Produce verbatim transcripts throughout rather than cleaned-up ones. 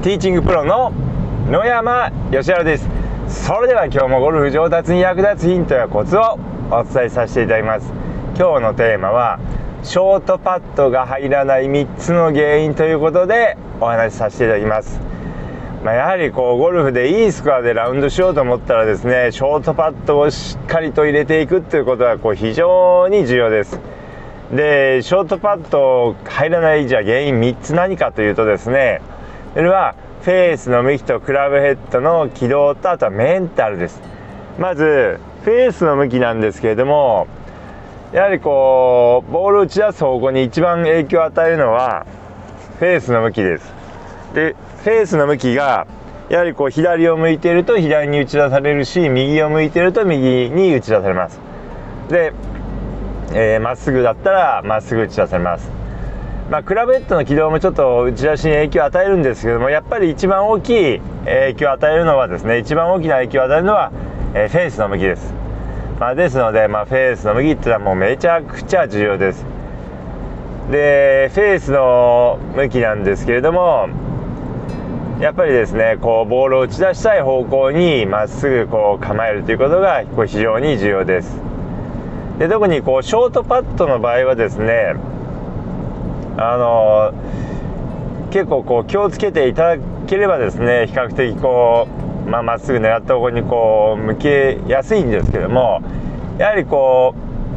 ティーチングプロの野山義晴です。それでは今日もゴルフ上達に役立つヒントやコツをお伝えさせていただきます。今日のテーマはショートパットが入らないみっつの原因ということでお話しさせていただきます。まあ、やはりこうゴルフでいいスコアでラウンドしようと思ったらですね、ショートパットをしっかりと入れていくということはこう非常に重要です。でショートパット入らないじゃあ原因みっつ何かというとですね、それはフェースの向きとクラブヘッドの軌道とあとはメンタルです。まずフェースの向きなんですけれども、やはりこうボールを打ち出す方向に一番影響を与えるのはフェースの向きです。でフェースの向きがやはりこう左を向いていると左に打ち出されるし、右を向いていると右に打ち出されます。でえー、まっすぐだったらまっすぐ打ち出されます。まあ、クラブヘッドの軌道もちょっと打ち出しに影響を与えるんですけども、やっぱり一番大きい影響を与えるのはですね、一番大きな影響を与えるのは、えー、フェースの向きです。まあ、ですので、まあ、フェースの向きっていうのはもうめちゃくちゃ重要です。でフェースの向きなんですけれども、やっぱりですねこうボールを打ち出したい方向にまっすぐこう構えるということがこう非常に重要です。で特にこうショートパットの場合はですね、あの結構こう気をつけていただければですね、比較的こうまあ、まっすぐ狙った方向にこう向けやすいんですけども、やはりこ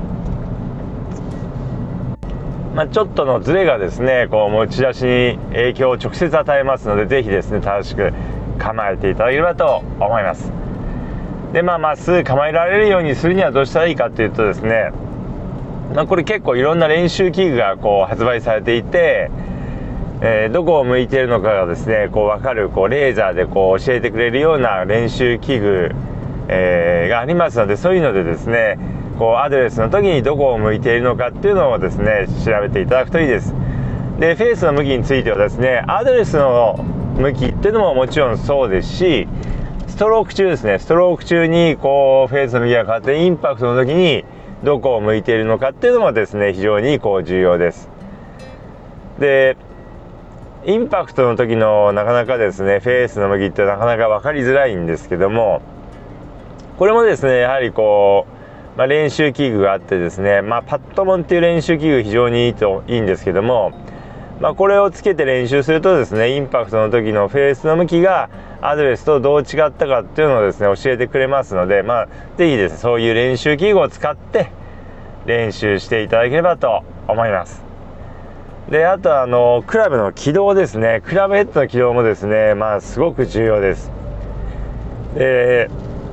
う、まあ、ちょっとのズレがですねこう持ち出しに影響を直接与えますので、ぜひですね正しく構えていただければと思います。でまあまっすぐ構えられるようにするにはどうしたらいいかというとですね、まあ、これ結構いろんな練習器具がこう発売されていて、えー、どこを向いているのかがですねこう分かるこうレーザーでこう教えてくれるような練習器具、えー、がありますので、そういうのでですねこうアドレスの時にどこを向いているのかっていうのをですね調べていただくといいです。でフェースの向きについてはですね、アドレスの向きっていうのももちろんそうですし、ストローク中ですね、ストローク中にこうフェースの向きが変わってインパクトの時にどこを向いているのかっていうのもですね非常にこう重要です。でインパクトの時のなかなかですねフェースの向きってなかなか分かりづらいんですけども、これもですねやはりこう、まあ、練習器具があってですね、まあ、パットモンっていう練習器具非常にいいといいんですけども、まあ、これをつけて練習するとですね、インパクトの時のフェースの向きがアドレスとどう違ったかっていうのをですね教えてくれますので、まあ、ぜひですねそういう練習器具を使って練習していただければと思います。であとあのクラブの軌道ですね、クラブヘッドの軌道もですねまあすごく重要です。で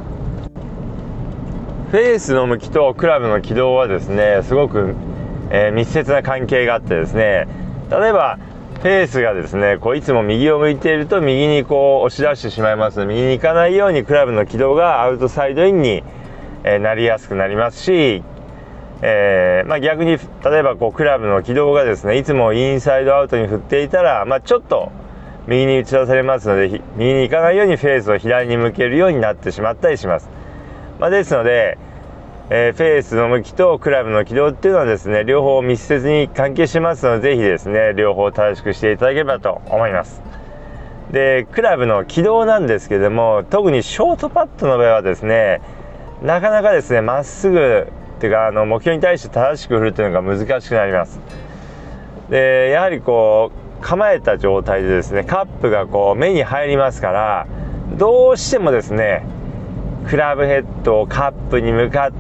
フェースの向きとクラブの軌道はですねすごく、えー、密接な関係があってですね、例えばフェースがですねこういつも右を向いていると右にこう押し出してしまいますので、右に行かないようにクラブの軌道がアウトサイドインに、えー、なりやすくなりますし、えーまあ、逆に例えばこうクラブの軌道がですねいつもインサイドアウトに振っていたら、まあ、ちょっと右に打ち出されますので、右に行かないようにフェースを左に向けるようになってしまったりします。まあ、ですので、えー、フェースの向きとクラブの軌道っていうのはですね両方密接に関係してますので、ぜひですね両方正しくしていただければと思います。でクラブの軌道なんですけども、特にショートパットの場合はですねなかなかですねまっすぐっていうかあの目標に対して正しく振るというのが難しくなります。でやはりこう構えた状態でですねカップがこう目に入りますから、どうしてもですねクラブヘッドをカップに向かって、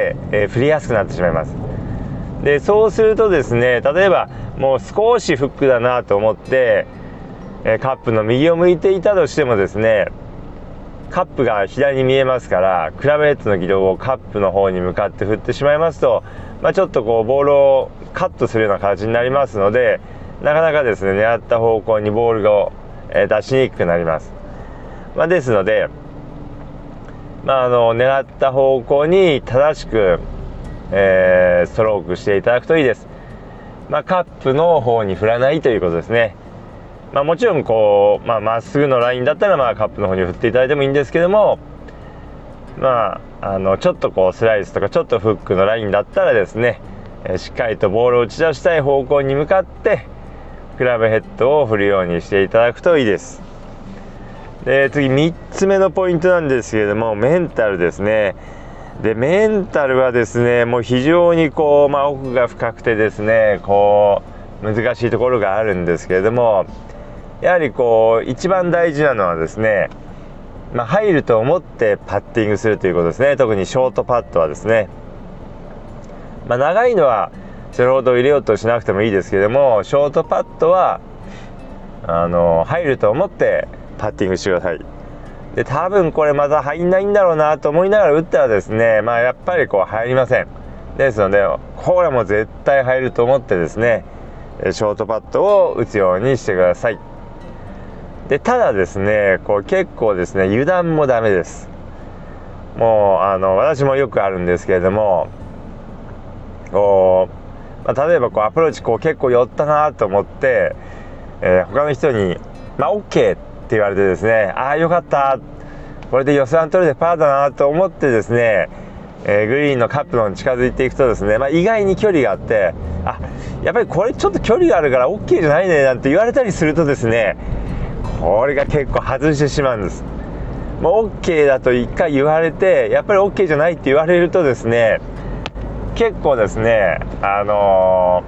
えー、振りやすくなってしまいます。でそうするとですね、例えばもう少しフックだなと思って、えー、カップの右を向いていたとしてもですね、カップが左に見えますから、クラブヘッドの軌道をカップの方に向かって振ってしまいますと、まあ、ちょっとこうボールをカットするような形になりますので、なかなかですね狙った方向にボールを、えー、出しにくくなります。まあ、ですのでまあ、あの狙った方向に正しく、えー、ストロークしていただくといいです。まあ、カップの方に振らないということですね。まあ、もちろんこう、まあ、まっすぐのラインだったら、まあ、カップの方に振っていただいてもいいんですけども、まあ、あのちょっとこうスライスとかちょっとフックのラインだったらですね、えー、しっかりとボールを打ち出したい方向に向かってクラブヘッドを振るようにしていただくといいです。 で次みっつめのポイントなんですけれども、メンタルですね。でメンタルはですね、もう非常にこう、まあ、奥が深くてですね、こう難しいところがあるんですけれども、やはりこう一番大事なのはですね、まあ、入ると思ってパッティングするということですね。特にショートパットはですね、まあ、長いのはそれほど入れようとしなくてもいいですけれども、ショートパットはあの入ると思ってパッティングしてください。で多分これまた入んないんだろうなと思いながら打ったらですね、まあやっぱりこう入りません。ですのでこれも絶対入ると思ってですね、ショートパットを打つようにしてください。でただですね、こう結構ですね、油断もダメです。もうあの私もよくあるんですけれども、こう、まあ、例えばこうアプローチこう結構寄ったなと思って、えー、他の人に「まあ OK」って言われてですね、ああよかった、これで予算取れてパーだなと思ってですね、えー、グリーンのカップの方に近づいていくとですね、まあ、意外に距離があって、あやっぱりこれちょっと距離があるから OK じゃないねなんて言われたりするとですね、これが結構外してしまうんです。もう OK だと一回言われて、やっぱり OK じゃないって言われるとですね、結構ですね、あの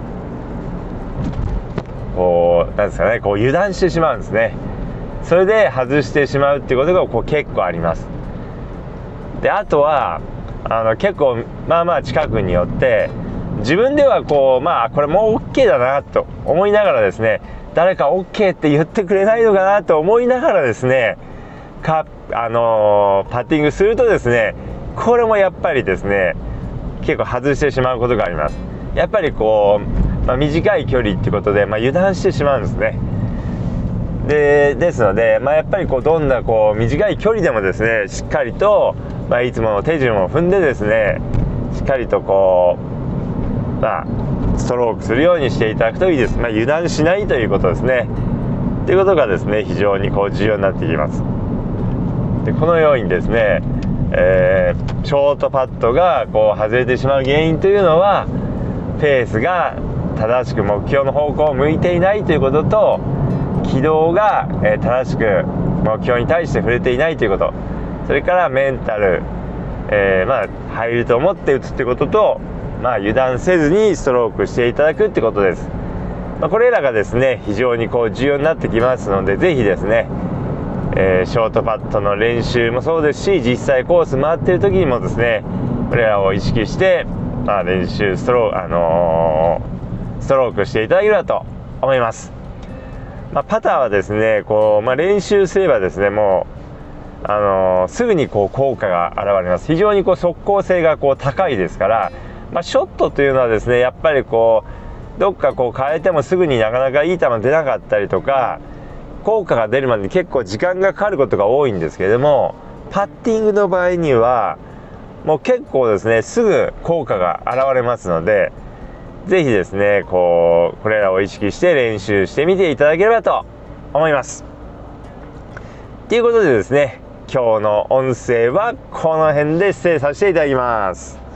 ー、こうなんですかね、こう油断してしまうんですね。それで外してしまうっていうことがこう結構あります。であとはあの結構まあまあ近くによって自分ではこうまあこれもう OK だなと思いながらですね、誰か OK って言ってくれないのかなと思いながらですね、かあのー、パッティングするとですね、これもやっぱりですね結構外してしまうことがあります。やっぱりこう、まあ、短い距離っていうことで、まあ、油断してしまうんですね。でですので、まあ、やっぱりこうどんなこう短い距離でもですね、しっかりと、まあ、いつもの手順を踏んでですね、しっかりとこう、まあ、ストロークするようにしていただくといいです。まあ、油断しないということですね。ということがですね、非常にこう重要になってきます。でこのようにですね、えー、ショートパットがこう外れてしまう原因というのは、ペースが正しく目標の方向を向いていないということと、軌道が、えー、正しく目標に対して触れていないということ、それからメンタル、えー、まあ入ると思って打つってことと、まあ、油断せずにストロークしていただくってことです。まあ、これらがですね非常にこう重要になってきますので、ぜひですね、えー、ショートパットの練習もそうですし、実際コース回っている時にもですね、これらを意識して、まあ、練習ストロー、あのー、ストロークしていただければと思います。まあ、パターはですねこう、まあ、練習すればですね、もう、あのー、すぐにこう効果が現れます。非常にこう速攻性がこう高いですから、まあ、ショットというのはですね、やっぱりこうどっかこう変えてもすぐになかなかいい球出なかったりとか、効果が出るまでに結構時間がかかることが多いんですけれども、パッティングの場合にはもう結構ですねすぐ効果が現れますので、ぜひですねこうこれらを意識して練習してみていただければと思います。ということでですね、今日の音声はこの辺で失礼させていただきます。